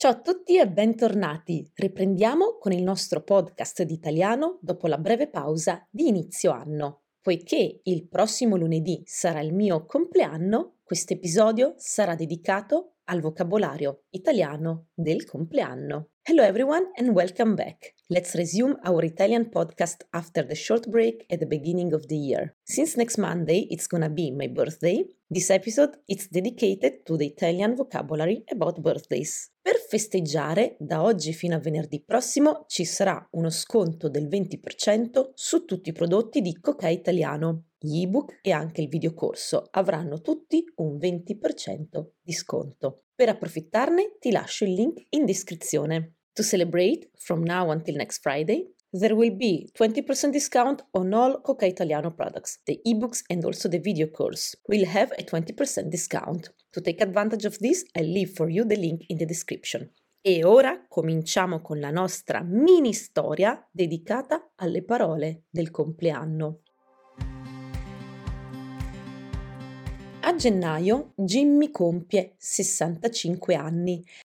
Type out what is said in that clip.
Ciao a tutti e bentornati. Riprendiamo con il nostro podcast di italiano dopo la breve pausa di inizio anno. Poiché il prossimo lunedì sarà il mio compleanno, questo episodio sarà dedicato al vocabolario italiano del compleanno. Hello everyone and welcome back. Let's resume our Italian podcast after the short break at the beginning of the year. Since next Monday it's gonna be my birthday, this episode is dedicated to the Italian vocabulary about birthdays. Per festeggiare, da oggi fino a venerdì prossimo ci sarà uno sconto del 20% su tutti i prodotti di Coca Italiano. Gli ebook e anche il videocorso avranno tutti un 20% di sconto. Per approfittarne ti lascio il link in descrizione. To celebrate, from now until next Friday, there will be 20% discount on all Coca Italiano products. The ebooks and also the video course will have a 20% discount. To take advantage of this, I'll leave for you the link in the description. E ora cominciamo con la nostra mini storia dedicata alle parole del compleanno. A gennaio Jimmy compie 65 anni.